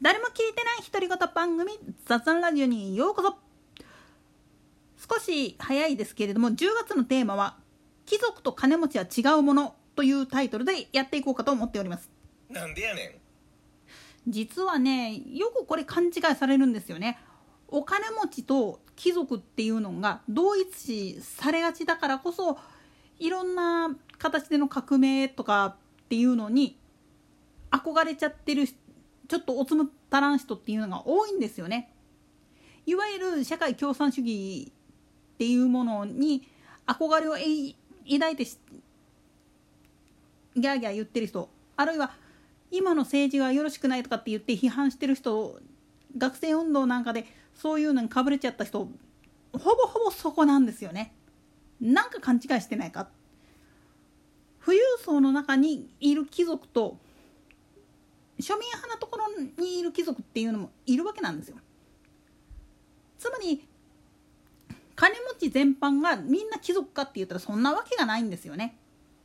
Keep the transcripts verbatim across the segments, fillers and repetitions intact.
誰も聞いてない独り言番組雑談ラジオにようこそ。少し早いですけれども、じゅうがつのテーマは貴族と金持ちは違うものというタイトルでやっていこうかと思っております。 なんでやねん。 実はね、よくこれ勘違いされるんですよね。お金持ちと貴族っていうのが同一視されがちだからこそ、いろんな形での革命とかっていうのに憧れちゃってる、ちょっとおつむったらん人っていうのが多いんですよね。いわゆる社会共産主義っていうものに憧れを抱いてギャーギャー言ってる人、あるいは今の政治はよろしくないとかって言って批判してる人、学生運動なんかでそういうのにかぶれちゃった人、ほぼほぼそこなんですよね。なんか勘違いしてないか。富裕層の中にいる貴族と庶民派なところにいる貴族っていうのもいるわけなんですよ。つまり金持ち全般がみんな貴族かって言ったらそんなわけがないんですよね。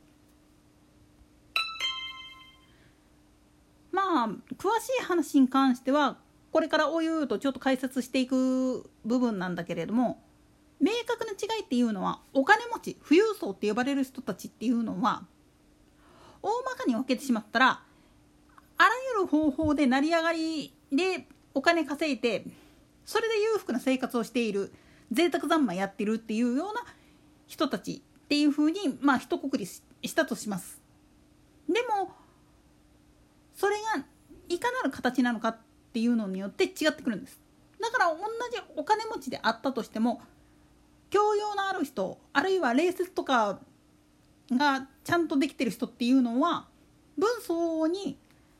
まあ詳しい話に関してはこれからおゆうとちょっと解説していく部分なんだけれども、明確な違いっていうのは、お金持ち富裕層って呼ばれる人たちっていうのは大まかに分けてしまったら、あらゆる方法で成り上がりでお金稼いで、それで裕福な生活をしている、贅沢三昧やってるっていうような人たちっていうふうに、まあ一括りしたとします。でもそれがいかなる形なのかっていうのによって違ってくるんです。だから同じお金持ちであったとしても、教養のある人、あるいは礼節とかがちゃんとできてる人っていうのは、分相応に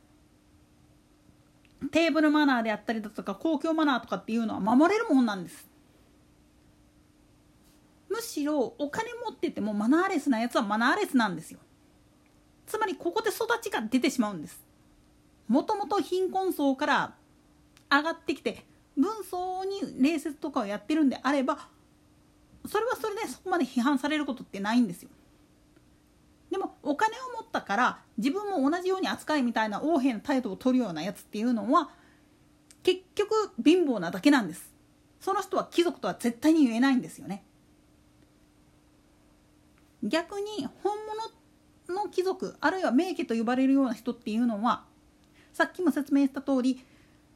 テーブルマナーであったりだとか公共マナーとかっていうのは守れるもんなんです。むしろお金持っててもマナーレスなやつはマナーレスなんですよ。つまりここで育ちが出てしまうんです。もともと貧困層から上がってきて分相応に礼節とかをやってるんであれば、それはそれでそこまで批判されることってないんですよ。でもお金を持ったから自分も同じように扱いみたいな横柄な態度を取るようなやつっていうのは結局貧乏なだけなんです。その人は貴族とは絶対に言えないんですよね。逆に本物の貴族、あるいは名家と呼ばれるような人っていうのは、さっきも説明した通り、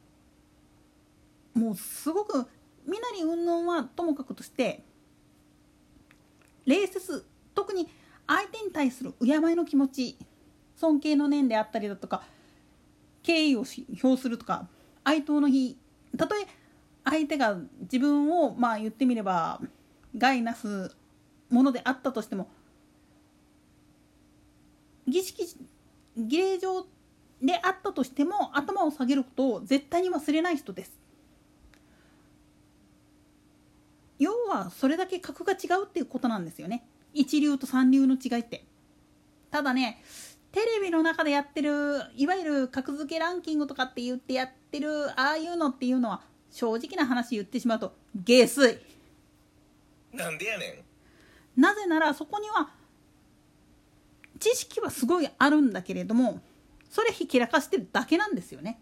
もうすごく身なり云々はともかくとして、礼節、特に相手に対する敬いの気持ち、尊敬の念であったりだとか敬意を表するとか、哀悼の日、たとえ相手が自分をまあ言ってみれば害なすものであったとしても、儀式儀礼上であったとしても頭を下げることを絶対に忘れない人です。要はそれだけ格が違うっていうことなんですよね。一流と三流の違いって。ただね、テレビの中でやってるいわゆる格付けランキングとかって言ってやってるああいうのっていうのは、正直な話言ってしまうと下水。 なんでやねん。なぜならそこには知識はすごいあるんだけれども、それひけらかしてるだけなんですよね。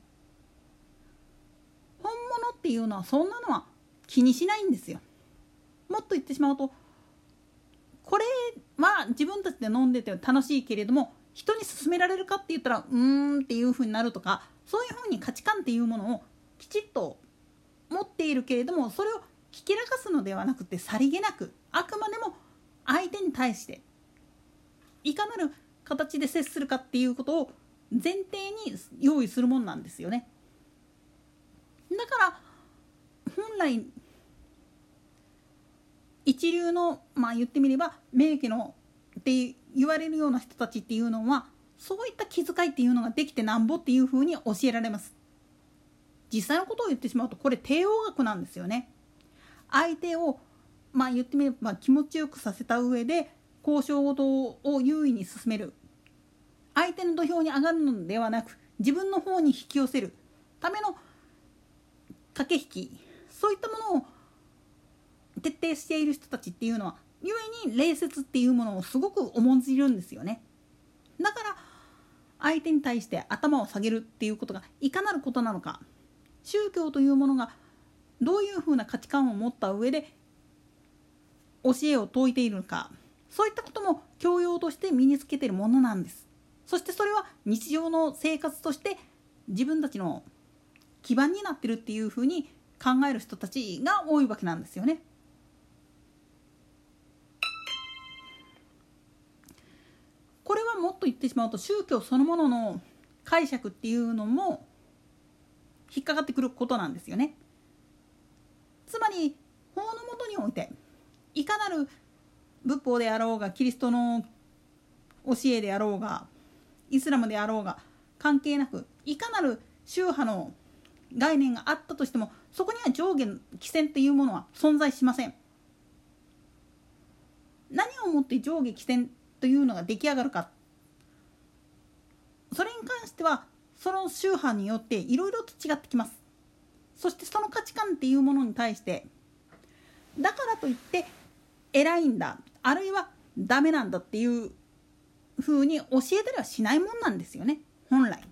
本物っていうのはそんなのは気にしないんですよ。もっと言ってしまうと、これは自分たちで飲んでて楽しいけれども人に勧められるかって言ったらうーんっていう風になるとか、そういう風に価値観っていうものをきちっと持っているけれども、それをひけらかすのではなくて、さりげなくあくまでも相手に対していかなる形で接するかっていうことを前提に用意するもんなんですよね。だから本来一流の、まあ言ってみれば名家のって言われるような人たちっていうのは、そういった気遣いっていうのができてなんぼっていうふうに教えられます。実際のことを言ってしまうと、これ帝王学なんですよね。相手をまあ言ってみれば気持ちよくさせた上で交渉事を優位に進める、相手の土俵に上がるのではなく自分の方に引き寄せるための駆け引き、そういったものを徹底している人たちっていうのは、ゆえに礼節っていうものをすごく重んじるんですよね。だから相手に対して頭を下げるっていうことがいかなることなのか、 宗教というものがどういうふうな価値観を持った上で教えを説いているのか、そういったことも教養として身につけているものなんです。そしてそれは日常の生活として自分たちの基盤になっているっていうふうに考える人たちが多いわけなんですよね。これはもっと言ってしまうと宗教そのものの解釈っていうのも引っかかってくることなんですよね。つまり法の下においていかなる仏法であろうがキリストの教えであろうがイスラムであろうが関係なく、いかなる宗派の概念があったとしてもそこには上下規制というものは存在しません。何をもって上下規制というのが出来上がるか、それに関してはその宗派によっていろいろと違ってきます。そしてその価値観っていうものに対してだからといって偉いんだあるいはダメなんだっていうふうに教えたりはしないもんなんですよね、本来。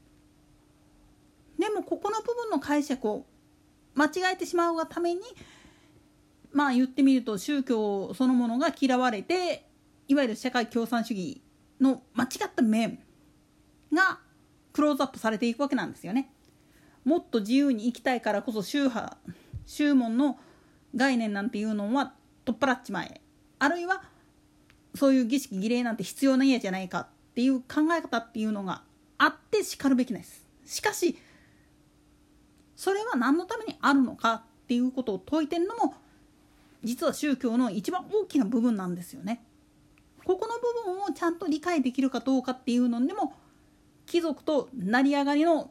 でもここの部分の解釈を間違えてしまうがために、まあ言ってみると宗教そのものが嫌われて、いわゆる社会共産主義の間違った面がクローズアップされていくわけなんですよね。もっと自由に生きたいからこそ宗派宗門の概念なんていうのは取っ払っちまえ、あるいはそういう儀式儀礼なんて必要ないやじゃないかっていう考え方っていうのがあってしかるべきです。しかしそれは何のためにあるのかっていうことを説いてるのも実は宗教の一番大きな部分なんですよね。ここの部分をちゃんと理解できるかどうかっていうのでも貴族と成り上がりの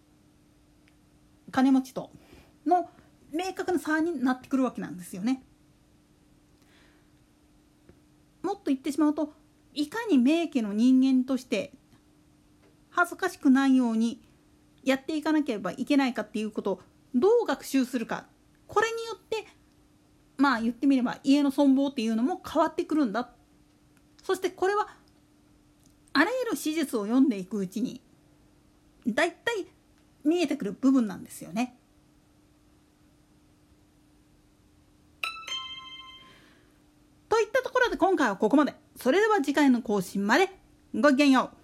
金持ちとの明確な差になってくるわけなんですよね。もっと言ってしまうと、いかに名家の人間として恥ずかしくないようにやっていかなければいけないかっていうことをどう学習するか、これによってまあ言ってみれば家の存亡っていうのも変わってくるんだ。そしてこれはあらゆる史実を読んでいくうちにだいたい見えてくる部分なんですよね。といったところで今回はここまで。それでは次回の更新までごきげんよう。